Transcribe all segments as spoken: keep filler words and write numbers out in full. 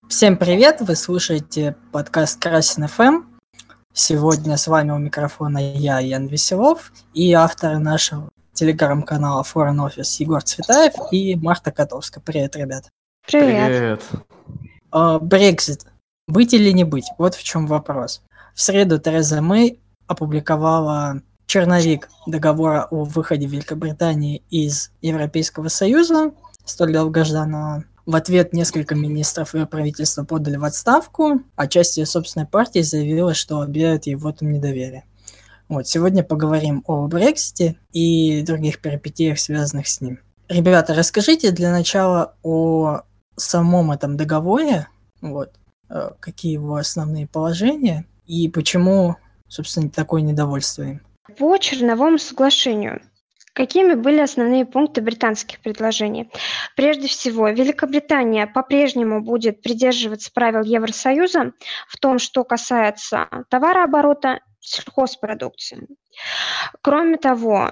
Всем привет! Вы слушаете подкаст Красин эф эм. Сегодня с вами у микрофона я, Ян Веселов, и автор нашего телеграм-канала Foreign Office Егор Цветаев и Марта Котовская. Привет, ребят! Привет! Брексит. Быть или не быть? Вот в чем вопрос. В среду Тереза Мэй опубликовала черновик договора о выходе Великобритании из Европейского Союза, столь долгожданного. В ответ несколько министров ее правительства подали в отставку, а часть ее собственной партии заявила, что объявит ей вотум недоверия. Вот, сегодня поговорим о Брексите и других перипетиях, связанных с ним. Ребята, расскажите для начала о самом этом договоре, вот, какие его основные положения и почему, собственно, такое недовольство им. По черновому соглашению. Какими были основные пункты британских предложений? Прежде всего, Великобритания по-прежнему будет придерживаться правил Евросоюза в том, что касается товарооборота, сельхозпродукции. Кроме того,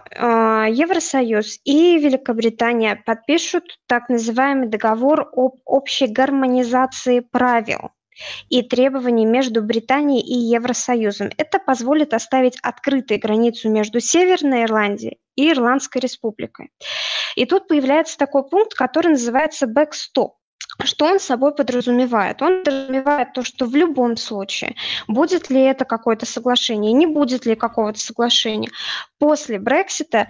Евросоюз и Великобритания подпишут так называемый договор об общей гармонизации правил и требований между Британией и Евросоюзом. Это позволит оставить открытой границу между Северной Ирландией и Ирландской Республикой. И тут появляется такой пункт, который называется бэкстоп. Что он собой подразумевает? Он подразумевает то, что в любом случае, будет ли это какое-то соглашение, не будет ли какого-то соглашения, после Брексита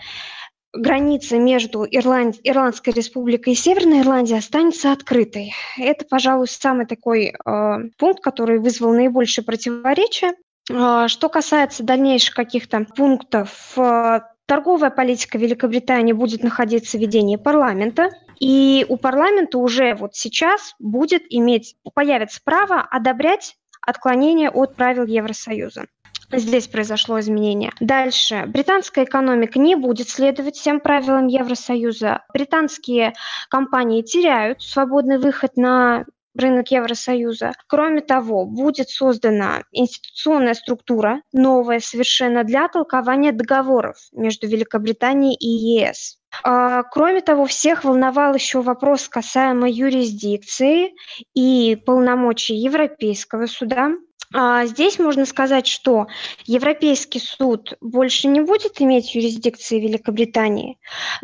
граница между Ирланд... Ирландской республикой и Северной Ирландией останется открытой. Это, пожалуй, самый такой э, пункт, который вызвал наибольшее противоречие. Э, что касается дальнейших каких-то пунктов, э, торговая политика Великобритании будет находиться в ведении парламента, и у парламента уже вот сейчас будет иметь, появится право одобрять отклонение от правил Евросоюза. Здесь произошло изменение. Дальше. Британская экономика не будет следовать всем правилам Евросоюза. Британские компании теряют свободный выход на рынок Евросоюза. Кроме того, будет создана институционная структура, новая совершенно, для толкования договоров между Великобританией и ЕС. Кроме того, всех волновал еще вопрос касаемо юрисдикции и полномочий Европейского суда. Здесь можно сказать, что Европейский суд больше не будет иметь юрисдикции Великобритании,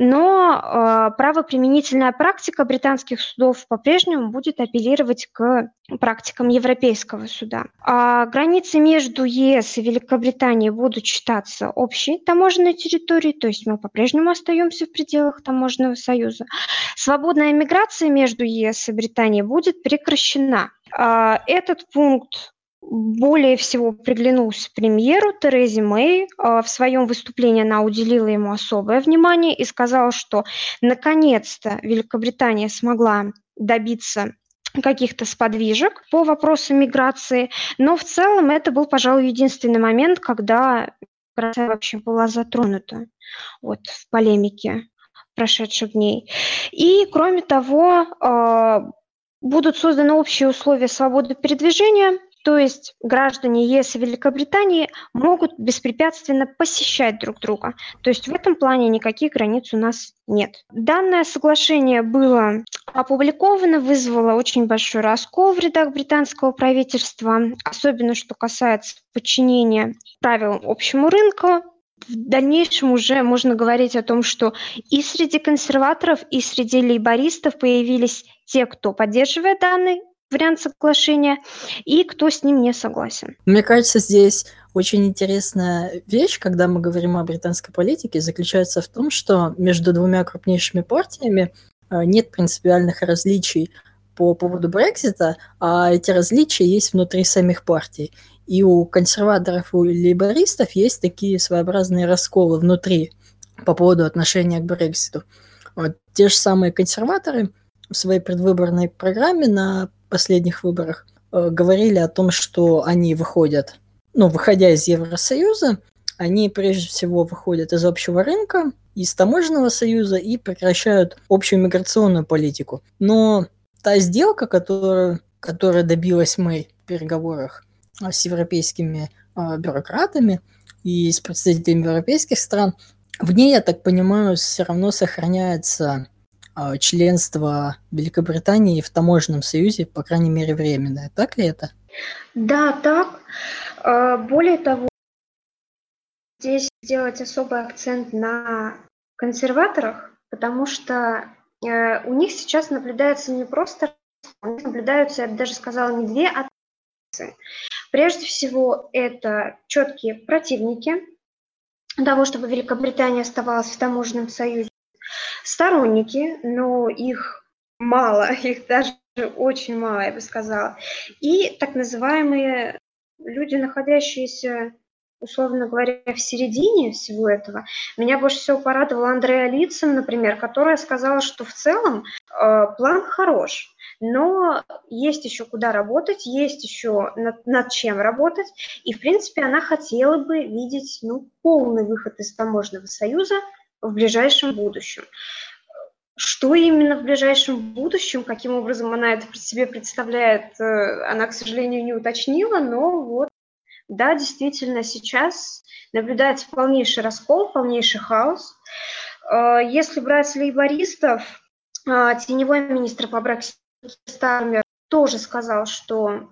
но правоприменительная практика британских судов по-прежнему будет апеллировать к практикам Европейского суда. А границы между ЕС и Великобританией будут считаться общей таможенной территорией, то есть мы по-прежнему остаемся в пределах таможенного союза. Свободная миграция между ЕС и Британией будет прекращена. Этот пункт более всего приглянулся премьеру Терезе Мэй. В своем выступлении она уделила ему особое внимание и сказала, что наконец-то Великобритания смогла добиться каких-то сподвижек по вопросу миграции, но в целом это был, пожалуй, единственный момент, когда миграция вообще была затронута вот, в полемике прошедших дней. И, кроме того, будут созданы общие условия свободы передвижения, то есть граждане ЕС и Великобритании могут беспрепятственно посещать друг друга. То есть в этом плане никаких границ у нас нет. Данное соглашение было опубликовано, вызвало очень большой раскол в рядах британского правительства, особенно что касается подчинения правилам общему рынку. В дальнейшем уже можно говорить о том, что и среди консерваторов, и среди лейбористов появились те, кто поддерживает данный вариант соглашения, и кто с ним не согласен. Мне кажется, здесь очень интересная вещь, когда мы говорим о британской политике, заключается в том, что между двумя крупнейшими партиями нет принципиальных различий по поводу Брексита, а эти различия есть внутри самих партий. И у консерваторов, и у лейбористов есть такие своеобразные расколы внутри по поводу отношения к Брекситу. Вот те же самые консерваторы в своей предвыборной программе на последних выборах э, говорили о том, что они выходят, ну, выходя из Евросоюза, они прежде всего выходят из общего рынка, из таможенного союза и прекращают общую миграционную политику. Но та сделка, которую, которая добилась Мэй в переговорах с европейскими э, бюрократами и с представителями европейских стран, в ней, я так понимаю, все равно сохраняется а, членство Великобритании в таможенном союзе, по крайней мере, временное. Так ли это? Да, так. А, Более того, здесь сделать особый акцент на консерваторах, потому что э, у них сейчас наблюдается не просто, у них наблюдаются, я бы даже сказала, не две, а три. Прежде всего, это четкие противники того, чтобы Великобритания оставалась в таможенном союзе. Сторонники, но их мало, их даже очень мало, я бы сказала. И так называемые люди, находящиеся, условно говоря, в середине всего этого. Меня больше всего порадовала Андреа Литцен, например, которая сказала, что в целом э, план хорош, но есть еще куда работать, есть еще над, над чем работать, и, в принципе, она хотела бы видеть ну, полный выход из таможенного союза в ближайшем будущем. Что именно в ближайшем будущем, каким образом она это себе представляет, э, она, к сожалению, не уточнила, но вот, да, действительно, сейчас наблюдается полнейший раскол, полнейший хаос. Э, Если брать лейбористов, э, теневой министр по Брекситу Стармер тоже сказал, что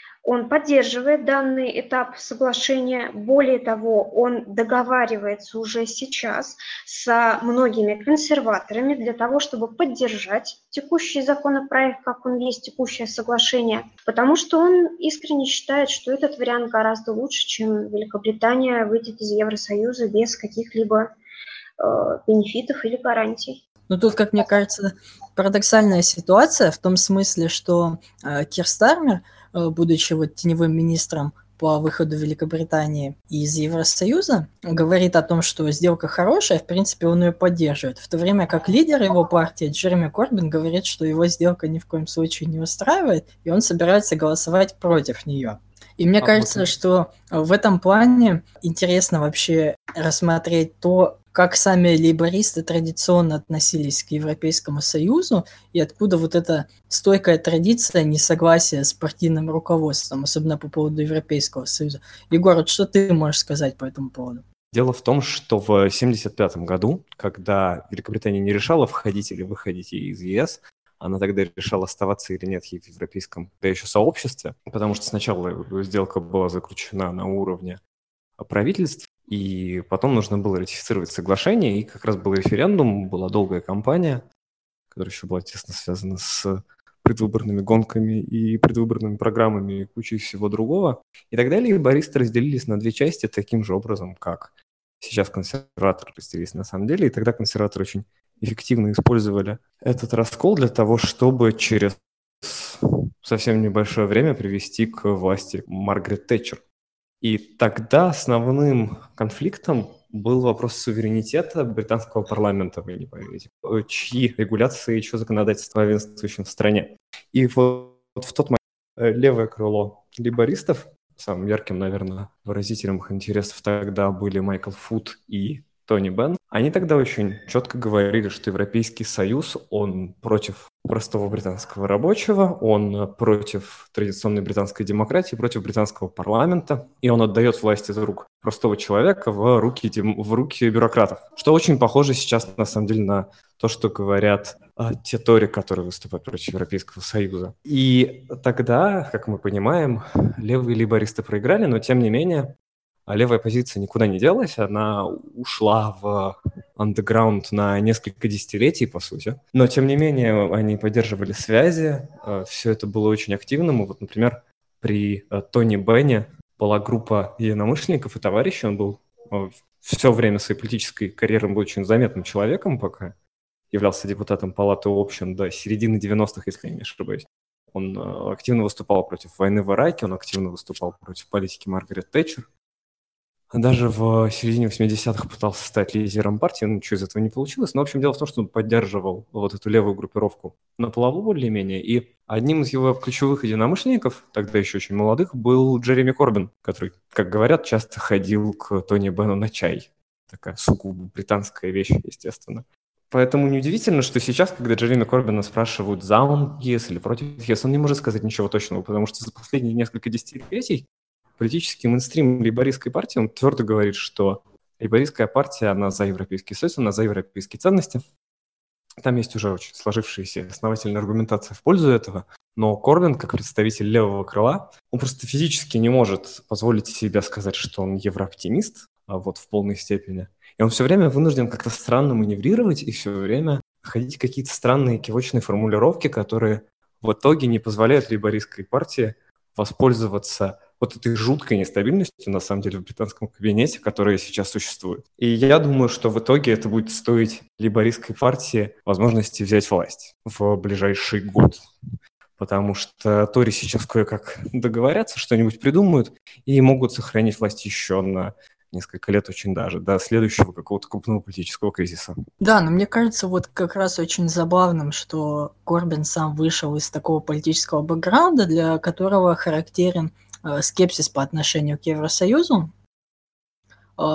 он поддерживает данный этап соглашения. Более того, он договаривается уже сейчас со многими консерваторами для того, чтобы поддержать текущий законопроект, как он есть, текущее соглашение, потому что он искренне считает, что этот вариант гораздо лучше, чем Великобритания выйдет из Евросоюза без каких-либо э, бенефитов или гарантий. Ну, тут, как мне кажется, парадоксальная ситуация в том смысле, что э, Кир Стармер, э, будучи вот теневым министром по выходу Великобритании из Евросоюза, говорит о том, что сделка хорошая, в принципе, он ее поддерживает. В то время как лидер его партии Джереми Корбин говорит, что его сделка ни в коем случае не устраивает, и он собирается голосовать против нее. И мне А кажется, вот что в этом плане интересно вообще рассмотреть то, как сами лейбористы традиционно относились к Европейскому Союзу и откуда вот эта стойкая традиция несогласия с партийным руководством, особенно по поводу Европейского Союза. Егор, вот что ты можешь сказать по этому поводу? дело в том, что в семьдесят пятом году, когда Великобритания не решала, входить или выходить из ЕС, она тогда решала, оставаться или нет ей в европейском, да еще сообществе, потому что сначала сделка была заключена на уровне правительств, и потом нужно было ратифицировать соглашение, и как раз был референдум, была долгая кампания, которая еще была тесно связана с предвыборными гонками и предвыборными программами и кучей всего другого. И тогда лейбористы разделились на две части таким же образом, как сейчас консерваторы разделились на самом деле, и тогда консерваторы очень эффективно использовали этот раскол для того, чтобы через совсем небольшое время привести к власти Маргарет Тэтчер. И тогда основным конфликтом был вопрос суверенитета британского парламента, вы не поверите, чьи регуляции, чье законодательство главенствующим в стране. И вот в тот момент левое крыло лейбористов, самым ярким, наверное, выразителем их интересов тогда были Майкл Фут и Тони Бенн, они тогда очень четко говорили, что Европейский Союз, он против простого британского рабочего, он против традиционной британской демократии, против британского парламента, и он отдает власть из рук простого человека в руки, в руки бюрократов. Что очень похоже сейчас, на самом деле, на то, что говорят а, те тори, которые выступают против Европейского Союза. И тогда, как мы понимаем, левые лейбористы проиграли, но тем не менее, а левая позиция никуда не делась, она ушла в андеграунд на несколько десятилетий, по сути. Но, тем не менее, они поддерживали связи, все это было очень активным. И вот, например, при Тони Бенне была группа единомышленников и товарищей, он был все время своей политической карьеры был очень заметным человеком, пока являлся депутатом Палаты общин до середины девяностых, если я не ошибаюсь. Он активно выступал против войны в Ираке, он активно выступал против политики Маргарет Тэтчер. Даже в середине восьмидесятых пытался стать лидером партии, но ничего из этого не получилось. Но, в общем, дело в том, что он поддерживал вот эту левую группировку на плаву более-менее. И одним из его ключевых единомышленников, тогда еще очень молодых, был Джереми Корбин, который, как говорят, часто ходил к Тони Бенну на чай. Такая сугубо британская вещь, естественно. Поэтому неудивительно, что сейчас, когда Джереми Корбина спрашивают, за он ЕС или против ЕС, он не может сказать ничего точного, потому что за последние несколько десятилетий политический мейнстрим лейбористской партии, он твердо говорит, что лейбористская партия, она за Европейский Союз, она за европейские ценности. Там есть уже очень сложившаяся основательная аргументация в пользу этого, но Корбин, как представитель левого крыла, он просто физически не может позволить себе сказать, что он еврооптимист, а вот в полной степени. И он все время вынужден как-то странно маневрировать и все время находить какие-то странные кивочные формулировки, которые в итоге не позволяют лейбористской партии воспользоваться вот этой жуткой нестабильностью, на самом деле, в британском кабинете, которая сейчас существует. И я думаю, что в итоге это будет стоить лейбористской партии возможности взять власть в ближайший год. Потому что Тори сейчас кое-как договорятся, что-нибудь придумают и могут сохранить власть еще на несколько лет очень даже, до следующего какого-то крупного политического кризиса. Да, но мне кажется, вот как раз очень забавным, что Корбин сам вышел из такого политического бэкграунда, для которого характерен э, скепсис по отношению к Евросоюзу, э,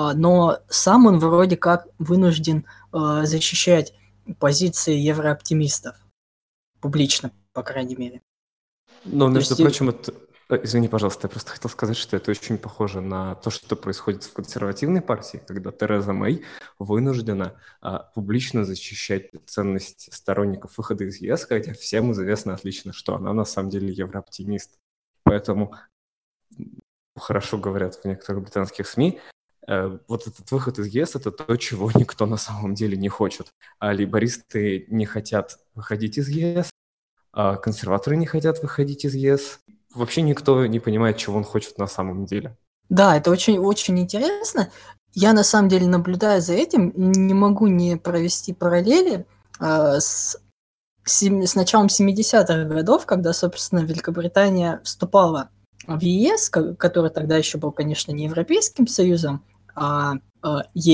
но сам он вроде как вынужден э, защищать позиции еврооптимистов, публично, по крайней мере. Но, То между есть, прочим, это... э, Извини, пожалуйста, я просто хотел сказать, что это очень похоже на то, что происходит в консервативной партии, когда Тереза Мэй вынуждена а, публично защищать ценность сторонников выхода из ЕС, хотя всем известно отлично, что она на самом деле еврооптимист. Поэтому, м, хорошо говорят в некоторых британских СМИ, э, вот этот выход из ЕС — это то, чего никто на самом деле не хочет. А лейбористы не хотят выходить из ЕС, а консерваторы не хотят выходить из ЕС. Вообще никто не понимает, чего он хочет на самом деле. да, это очень, очень интересно. Я на самом деле наблюдаю за этим, не могу не провести параллели э, с, сем- с началом семидесятых годов, когда, собственно, Великобритания вступала в ЕС, ко- который тогда еще был, конечно, не Европейским Союзом, а э,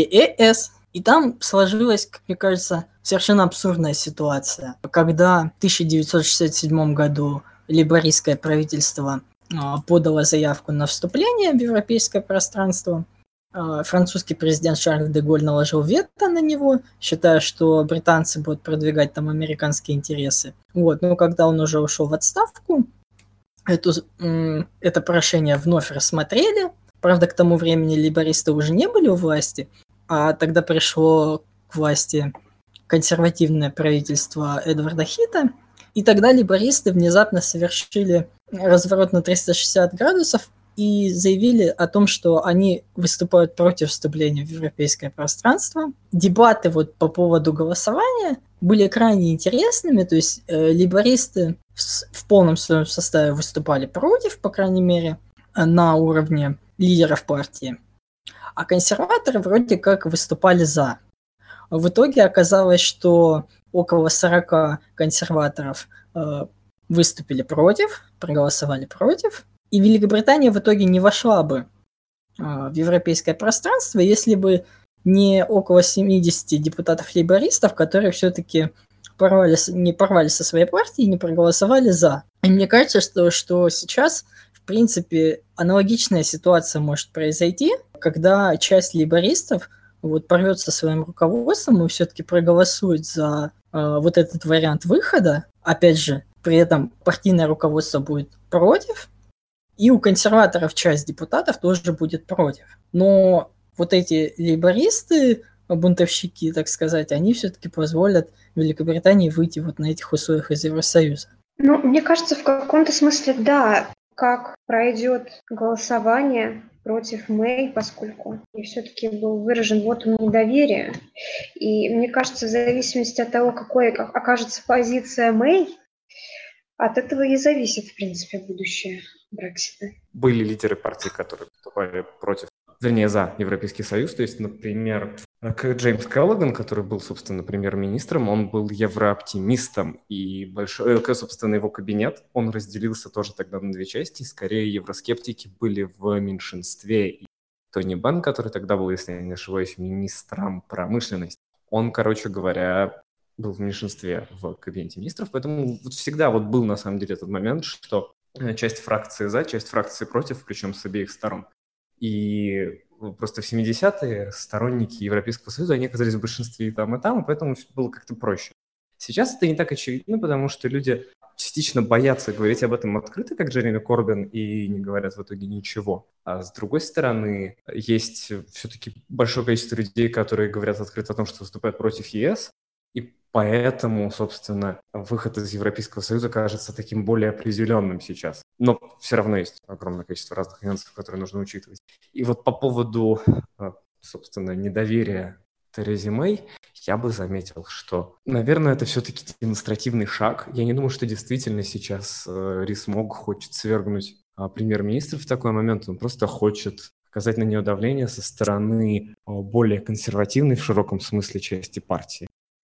ЕЭС. И там сложилась, как мне кажется, совершенно абсурдная ситуация, когда в тысяча девятьсот шестьдесят седьмом году лейбористское правительство а, подало заявку на вступление в европейское пространство. А, Французский президент Шарль де Голль наложил вето на него, считая, что британцы будут продвигать там американские интересы. Вот, но когда он уже ушел в отставку, эту, м, это прошение вновь рассмотрели. Правда, к тому времени лейбористы уже не были у власти, а тогда пришло к власти консервативное правительство Эдварда Хита, и тогда лейбористы внезапно совершили разворот на триста шестьдесят градусов и заявили о том, что они выступают против вступления в европейское пространство. Дебаты вот по поводу голосования были крайне интересными, то есть э, лейбористы в, в полном своем составе выступали против, по крайней мере, на уровне лидеров партии, а консерваторы вроде как выступали за. В итоге оказалось, что около сорок консерваторов э, выступили против, проголосовали против, и Великобритания в итоге не вошла бы э, в европейское пространство, если бы не около семьдесят депутатов-лейбористов, которые все-таки порвали, не порвали со своей партией и не проголосовали за. И мне кажется, что, что сейчас, в принципе, аналогичная ситуация может произойти, когда часть лейбористов вот порвется своим руководством и все-таки проголосует за э, вот этот вариант выхода. Опять же, при этом партийное руководство будет против, и у консерваторов часть депутатов тоже будет против. Но вот эти лейбористы, бунтовщики, так сказать, они все-таки позволят Великобритании выйти вот на этих условиях из Евросоюза. Ну, мне кажется, в каком-то смысле, да, как пройдет голосование против Мэй, поскольку и все-таки был выражен вотум недоверия. И мне кажется, в зависимости от того, какой окажется позиция Мэй, от этого и зависит, в принципе, будущее Брексита. Были лидеры партий, которые выступали против, вернее, за Европейский Союз. То есть, например, Джеймс Келлоган, который был, собственно, премьер-министром, он был еврооптимистом, и большой, собственно, его кабинет, он разделился тоже тогда на две части. Скорее, евроскептики были в меньшинстве. И Тони Бен, который тогда был, если я не ошибаюсь, министром промышленности, он, короче говоря, был в меньшинстве в кабинете министров, поэтому вот всегда вот был на самом деле этот момент, что часть фракции за, часть фракции против, причем с обеих сторон. И просто в семидесятые сторонники Европейского Союза, они оказались в большинстве и там, и там, и поэтому было как-то проще. Сейчас это не так очевидно, потому что люди частично боятся говорить об этом открыто, как Джереми Корбин, и не говорят в итоге ничего. А с другой стороны, есть все-таки большое количество людей, которые говорят открыто о том, что выступают против ЕС, И поэтому, собственно, выход из Европейского Союза кажется таким более определенным сейчас. Но все равно есть огромное количество разных нюансов, которые нужно учитывать. И вот по поводу, собственно, недоверия Терезе Мэй, я бы заметил, что, наверное, это все-таки демонстративный шаг. Я не думаю, что действительно сейчас Рис-Мог хочет свергнуть премьер-министра в такой момент. Он просто хочет оказать на нее давление со стороны более консервативной в широком смысле части партии,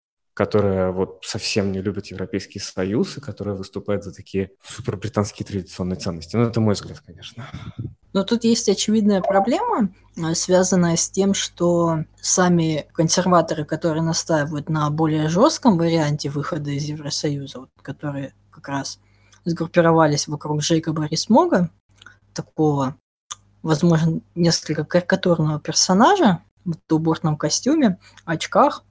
которая вот совсем не любит Европейский Союз и которая выступает за такие супербританские традиционные ценности. Ну, это мой взгляд, конечно. Но тут есть очевидная проблема, связанная с тем, что сами консерваторы, которые настаивают на более жестком варианте выхода из Евросоюза, вот, которые как раз сгруппировались вокруг Джейкоба Рис-Мога, такого, возможно, несколько карикатурного персонажа в двубортном костюме, очках,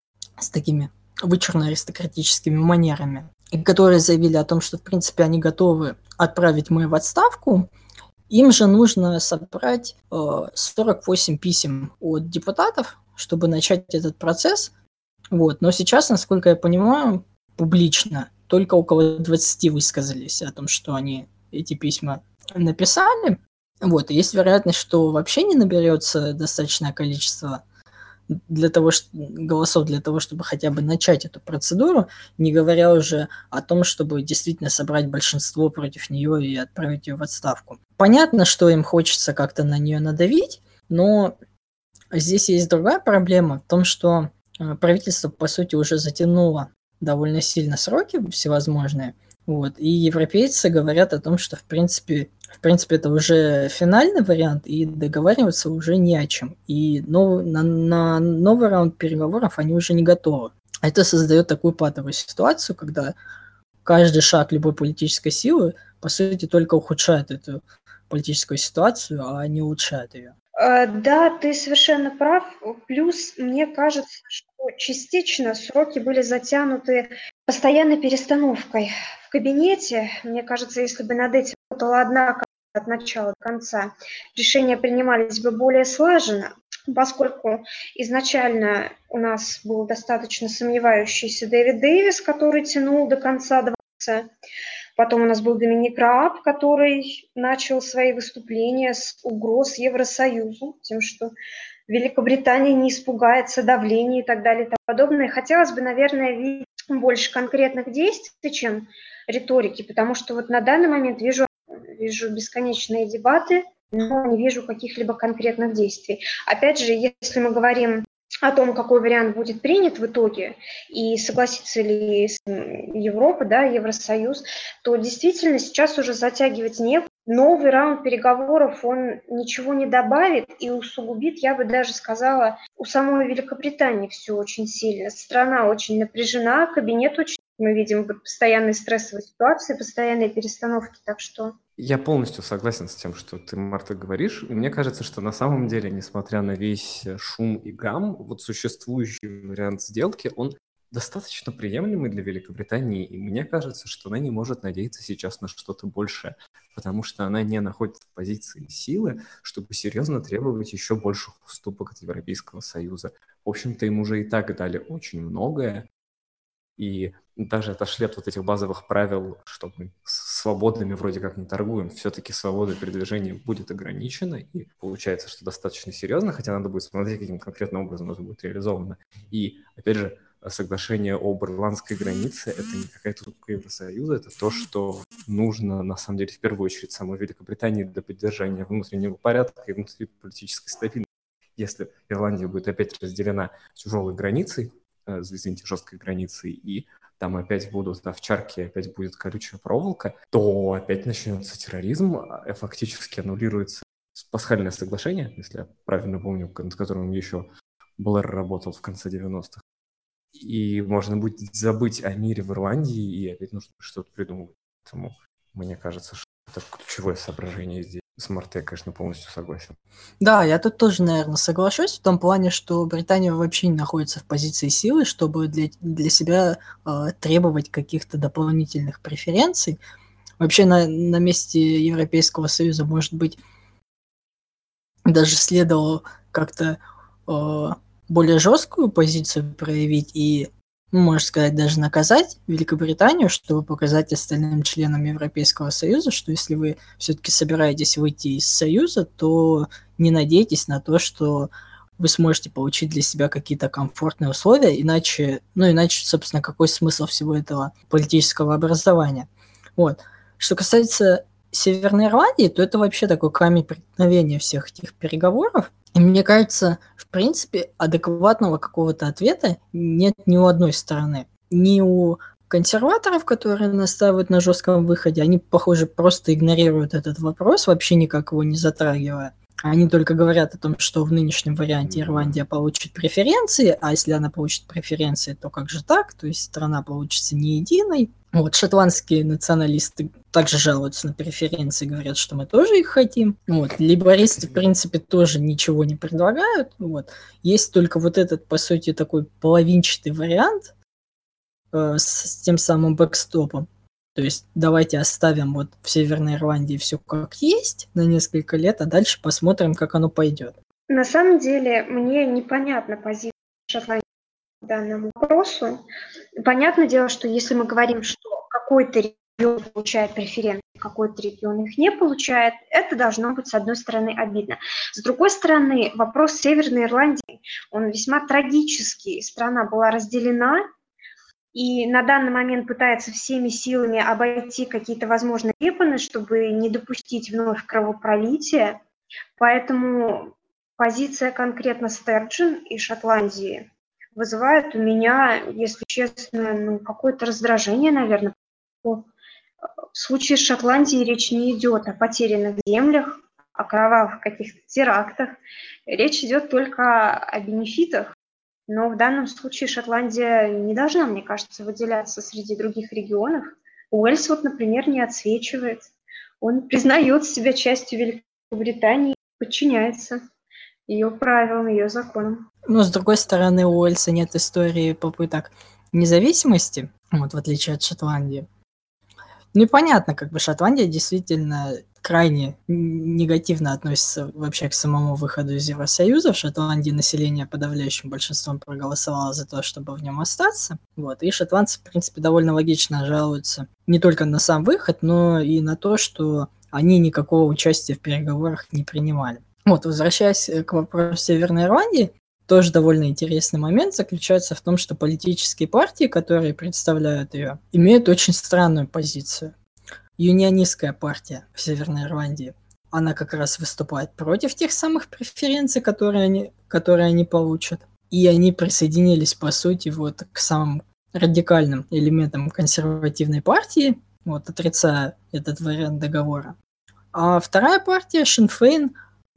с такими вычурно-аристократическими манерами, и которые заявили о том, что, в принципе, они готовы отправить Мэй в отставку. Им же нужно собрать э, сорок восемь писем от депутатов, чтобы начать этот процесс. Вот. Но сейчас, насколько я понимаю, публично только около двадцати высказались о том, что они эти письма написали. Вот. И есть вероятность, что вообще не наберется достаточное количество для того, что, голосов для того, чтобы хотя бы начать эту процедуру, не говоря уже о том, чтобы действительно собрать большинство против нее и отправить ее в отставку. Понятно, что им хочется как-то на нее надавить, но здесь есть другая проблема в том, что правительство, по сути, уже затянуло довольно сильно сроки всевозможные, вот, и европейцы говорят о том, что, в принципе, в принципе, это уже финальный вариант, и договариваться уже не о чем. И нов, на, на новый раунд переговоров они уже не готовы. Это создает такую патовую ситуацию, когда каждый шаг любой политической силы, по сути, только ухудшает эту политическую ситуацию, а не улучшает ее. Да, ты совершенно прав. Плюс, мне кажется, что частично сроки были затянуты постоянной перестановкой в кабинете. Мне кажется, если бы над этим работала одна команда от начала до конца, решения принимались бы более слаженно, поскольку изначально у нас был достаточно сомневающийся Дэвид Дэвис, который тянул до конца двадцать. Потом у нас был Доминик Рааб, который начал свои выступления с угроз Евросоюзу, тем, что Великобритания не испугается давления и так далее и тому подобное. Хотелось бы, наверное, видеть больше конкретных действий, чем риторики, потому что вот на данный момент вижу, вижу бесконечные дебаты, но не вижу каких-либо конкретных действий. Опять же, если мы говорим о том, какой вариант будет принят в итоге, и согласится ли Европа, да, Евросоюз, то действительно сейчас уже затягивать некуда. Новый раунд переговоров, он ничего не добавит и усугубит, я бы даже сказала, у самой Великобритании все очень сильно. Страна очень напряжена, кабинет очень, мы видим, постоянные стрессовые ситуации, постоянные перестановки, так что... Я полностью согласен с тем, что ты, Марта, говоришь. И мне кажется, что на самом деле, несмотря на весь шум и гам, вот существующий вариант сделки, он достаточно приемлемый для Великобритании. И мне кажется, что она не может надеяться сейчас на что-то большее, потому что она не находится в позиции силы, чтобы серьезно требовать еще больших уступок от Европейского Союза. В общем-то, им уже и так дали очень многое. И даже отошли от вот этих базовых правил, что мы с свободными вроде как не торгуем, все-таки свобода передвижения будет ограничена, и получается, что достаточно серьезно, хотя надо будет смотреть, каким конкретным образом это будет реализовано. И, опять же, соглашение об ирландской границе — это не какая-то уступка Евросоюза, это то, что нужно, на самом деле, в первую очередь самой Великобритании для поддержания внутреннего порядка и внутриполитической стабильности. Если Ирландия будет опять разделена тяжелой границей, извините, жесткой границей, и там опять будут овчарки, опять будет колючая проволока, то опять начнется терроризм, фактически аннулируется пасхальное соглашение, если я правильно помню, над которым еще Блэр работал в конце девяностых. И можно будет забыть о мире в Ирландии, и опять нужно что-то придумывать. Поэтому мне кажется, что это ключевое соображение здесь. С Мартой я, конечно, полностью согласен. Да, я тут тоже, наверное, соглашусь в том плане, что Британия вообще не находится в позиции силы, чтобы для, для себя э, требовать каких-то дополнительных преференций. Вообще на, на месте Европейского Союза, может быть, даже следовало как-то э, более жесткую позицию проявить и, ну, можно сказать, даже наказать Великобританию, чтобы показать остальным членам Европейского Союза, что если вы все-таки собираетесь выйти из Союза, то не надейтесь на то, что вы сможете получить для себя какие-то комфортные условия, иначе, ну, иначе, собственно, какой смысл всего этого политического образования? Вот. Что касается Северной Ирландии, то это вообще такой камень преткновения всех этих переговоров. И мне кажется, в принципе, адекватного какого-то ответа нет ни у одной стороны. Ни у консерваторов, которые настаивают на жестком выходе, они, похоже, просто игнорируют этот вопрос, вообще никак его не затрагивая. Они только говорят о том, что в нынешнем варианте Ирландия получит преференции, а если она получит преференции, то как же так? То есть страна получится не единой. Вот шотландские националисты также жалуются на преференции, говорят, что мы тоже их хотим. Вот. Лейбористы, в принципе, тоже ничего не предлагают. Вот. Есть только вот этот, по сути, такой половинчатый вариант э, с тем самым бэкстопом. То есть давайте оставим вот в Северной Ирландии все как есть на несколько лет, а дальше посмотрим, как оно пойдет. На самом деле мне непонятна позиция Шотландии по данному вопросу. Понятное дело, что если мы говорим, что какой-то регион получает преференции, какой-то регион их не получает, это должно быть, с одной стороны, обидно. С другой стороны, вопрос Северной Ирландии, он весьма трагический. Страна была разделена, и на данный момент пытается всеми силами обойти какие-то возможные препоны, чтобы не допустить вновь кровопролития. Поэтому позиция конкретно Стерджен и Шотландии вызывает у меня, если честно, ну, какое-то раздражение, наверное. В случае с Шотландией речь не идет о потерянных землях, о кровавых каких-то терактах. Речь идет только о бенефитах. Но в данном случае Шотландия не должна, мне кажется, выделяться среди других регионов. Уэльс, вот, например, не отсвечивает. Он признает себя частью Великобритании, подчиняется ее правилам, ее законам. Но, с другой стороны, у Уэльса нет истории попыток независимости, вот, в отличие от Шотландии. Ну и понятно, как бы Шотландия действительно крайне негативно относится вообще к самому выходу из Евросоюза. В Шотландии население подавляющим большинством проголосовало за то, чтобы в нем остаться. Вот. И шотландцы, в принципе, довольно логично жалуются не только на сам выход, но и на то, что они никакого участия в переговорах не принимали. Вот, возвращаясь к вопросу Северной Ирландии, тоже довольно интересный момент заключается в том, что политические партии, которые представляют ее, имеют очень странную позицию. Юнионистская партия в Северной Ирландии, она как раз выступает против тех самых преференций, которые они, которые они получат. И они присоединились, по сути, вот к самым радикальным элементам консервативной партии, вот, отрицая этот вариант договора. А вторая партия, Сinn Féin,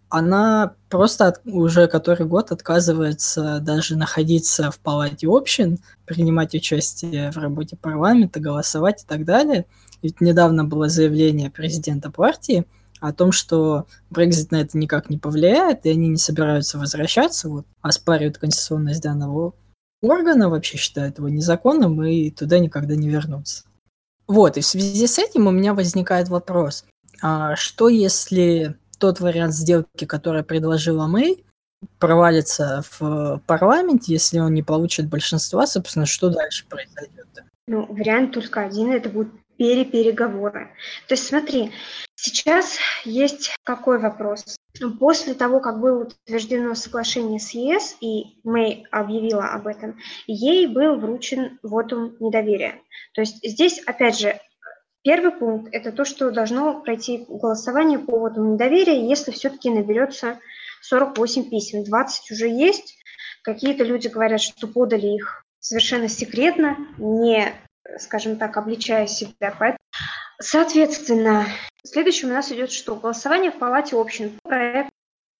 она просто от, уже который год отказывается даже находиться в палате общин, принимать участие в работе парламента, голосовать и так далее. Ведь недавно было заявление президента партии о том, что Брексит на это никак не повлияет, и они не собираются возвращаться, вот, оспаривают конституционность данного органа, вообще считают его незаконным и туда никогда не вернутся. Вот, и в связи с этим у меня возникает вопрос, а что если тот вариант сделки, который предложила Мэй, провалится в парламенте, если он не получит большинства, собственно, что дальше произойдет? Ну, вариант только один, это будут перепереговоры. То есть смотри, сейчас есть какой вопрос? После того, как было утверждено соглашение с ЕС, и Мэй объявила об этом, ей был вручен вотум недоверия. То есть здесь, опять же, первый пункт – это то, что должно пройти голосование по вотуму недоверия, если все-таки наберется сорок восемь писем. двадцать уже есть. Какие-то люди говорят, что подали их совершенно секретно, не, скажем так, обличая себя. Поэтому, соответственно, следующим у нас идет что? Голосование в Палате общин по проекту.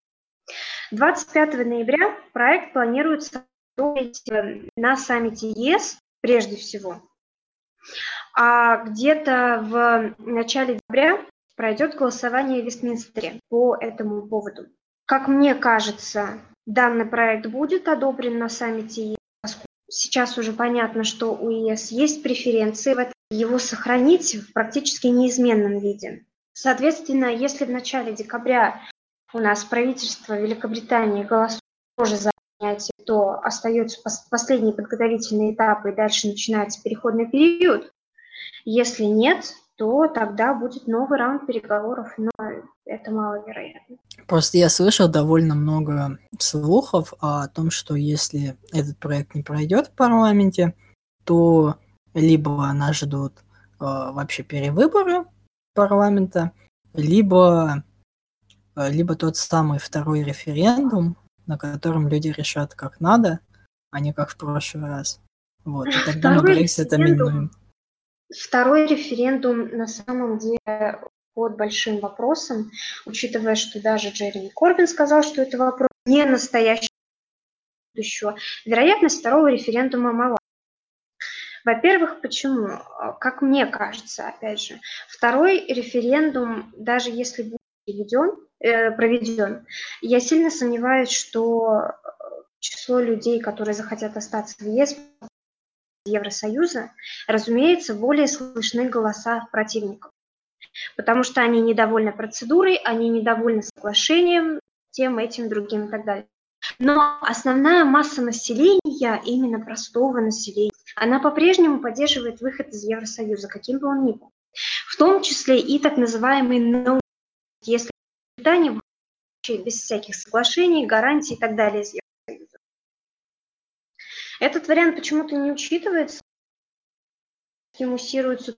двадцать пятого ноября проект планируется на саммите ЕС, прежде всего. А где-то в начале декабря пройдет голосование в Вестминстере по этому поводу. Как мне кажется, данный проект будет одобрен на саммите ЕС. Сейчас уже понятно, что у ЕС есть преференции, его сохранить в практически неизменном виде. Соответственно, если в начале декабря у нас правительство Великобритании голосует тоже за принятия, то остается пос- последний подготовительный этап, и дальше начинается переходный период. Если нет, то тогда будет новый раунд переговоров, но это маловероятно. Просто я слышал довольно много слухов о том, что если этот проект не пройдет в парламенте, то либо нас ждут э, вообще перевыборы парламента, либо, э, либо тот самый второй референдум, на котором люди решат как надо, а не как в прошлый раз. Вот, и тогда мы Второй Брексит референдум, именуем. второй референдум на самом деле под большим вопросом, учитывая, что даже Джереми Корбин сказал, что это вопрос не настоящий будущего. Вероятность второго референдума мала. Во-первых, почему? Как мне кажется, опять же, второй референдум, даже если будет проведен, э, проведен, я сильно сомневаюсь, что число людей, которые захотят остаться в ЕС, Евросоюза, разумеется, более слышны голоса противников, потому что они недовольны процедурой, они недовольны соглашением, тем, этим, другим и так далее. Но основная масса населения, именно простого населения, она по-прежнему поддерживает выход из Евросоюза, каким бы он ни был. В том числе и так называемый no, если Британия вообще без всяких соглашений, гарантий и так далее из Евросоюза. Этот вариант почему-то не учитывается, и муссируется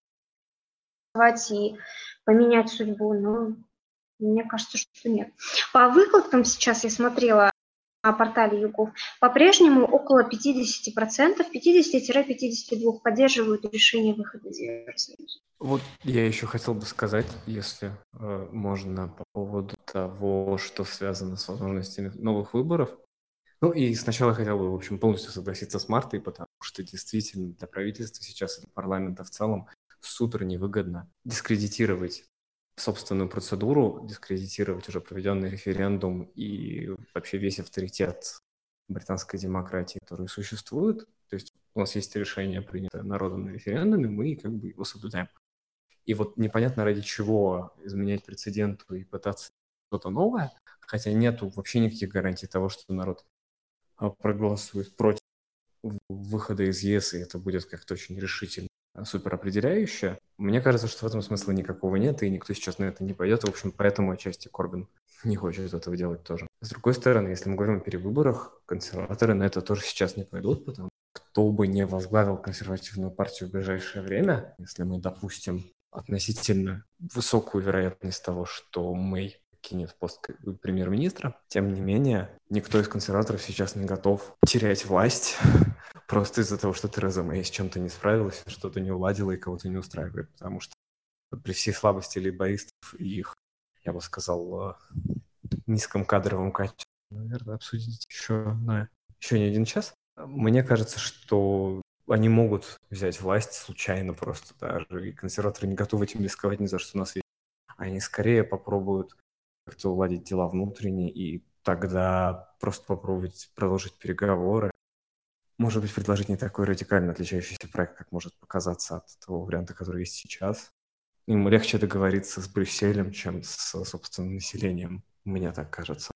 и поменять судьбу, но мне кажется, что нет. По выкладкам сейчас я смотрела на портале YouGov, по-прежнему около пятьдесят процентов, пятьдесят-пятьдесят два процента поддерживают решение выхода из Евросоюза. Вот я еще хотел бы сказать, если э, можно, по поводу того, что связано с возможностями новых выборов. Ну и сначала я хотел бы, в общем, полностью согласиться с Мартой, потому что действительно для правительства сейчас и для парламента в целом супер невыгодно дискредитировать собственную процедуру, дискредитировать уже проведенный референдум и вообще весь авторитет британской демократии, который существует. То есть у нас есть решение, принятое народом на референдуме, мы как бы его соблюдаем. И вот непонятно ради чего изменять прецеденту и пытаться что-то новое, хотя нету вообще никаких гарантий того, что народ проголосует против выхода из ЕС, и это будет как-то очень решительно, суперопределяющее. Мне кажется, что в этом смысла никакого нет, и никто сейчас на это не пойдет. В общем, поэтому отчасти Корбин не хочет этого делать тоже. С другой стороны, если мы говорим о перевыборах, консерваторы на это тоже сейчас не пойдут, потому что кто бы не возглавил консервативную партию в ближайшее время, если мы допустим относительно высокую вероятность того, что Мэй кинет пост премьер-министра. Тем не менее, никто из консерваторов сейчас не готов терять власть просто из-за того, что Тереза Мэй с чем-то не справилась, что-то не уладила и кого-то не устраивает. Потому что при всей слабости лейбористов и их, я бы сказал, низком кадровом качестве, наверное, обсудить еще, на еще не один час. Мне кажется, что они могут взять власть случайно просто даже, и консерваторы не готовы этим рисковать ни за что на свете. Они скорее попробуют как-то уладить дела внутренние и тогда просто попробовать продолжить переговоры. Может быть, предложить не такой радикально отличающийся проект, как может показаться от того варианта, который есть сейчас. Им легче договориться с Брюсселем, чем с собственным населением. Мне так кажется.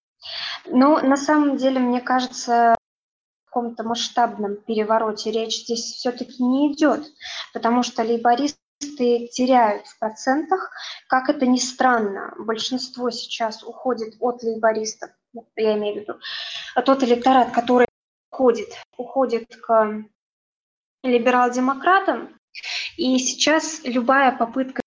Ну, на самом деле, мне кажется, о каком-то масштабном перевороте речь здесь все-таки не идет, потому что лейбористы теряют в процентах. Как это ни странно, большинство сейчас уходит от лейбористов, я имею в виду, тот электорат, который уходит, уходит к либерал-демократам, и сейчас любая попытка,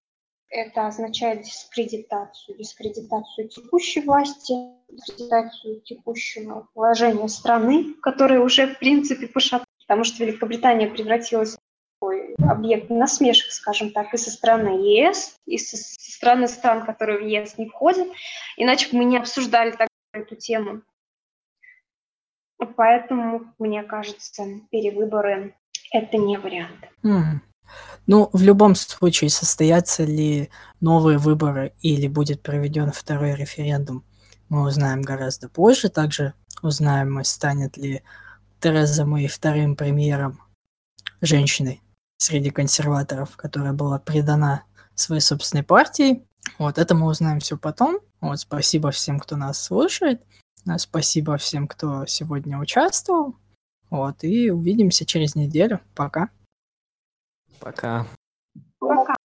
это означает дискредитацию, дискредитацию текущей власти, дискредитацию текущего положения страны, которое уже, в принципе, пошатнулось, потому что Великобритания превратилась объект насмешек, скажем так, и со стороны ЕС, и со, со стороны стран, которые в ЕС не входят, иначе бы мы не обсуждали так эту тему. Поэтому, мне кажется, перевыборы – это не вариант. Mm. Ну, в любом случае, состоятся ли новые выборы или будет проведен второй референдум, мы узнаем гораздо позже. Также узнаем, станет ли Тереза Мэй вторым премьером женщиной среди консерваторов, которая была предана своей собственной партии. Вот это мы узнаем все потом. Вот, спасибо всем, кто нас слушает. Э, Спасибо всем, кто сегодня участвовал. Вот, и увидимся через неделю. Пока. Пока. Пока.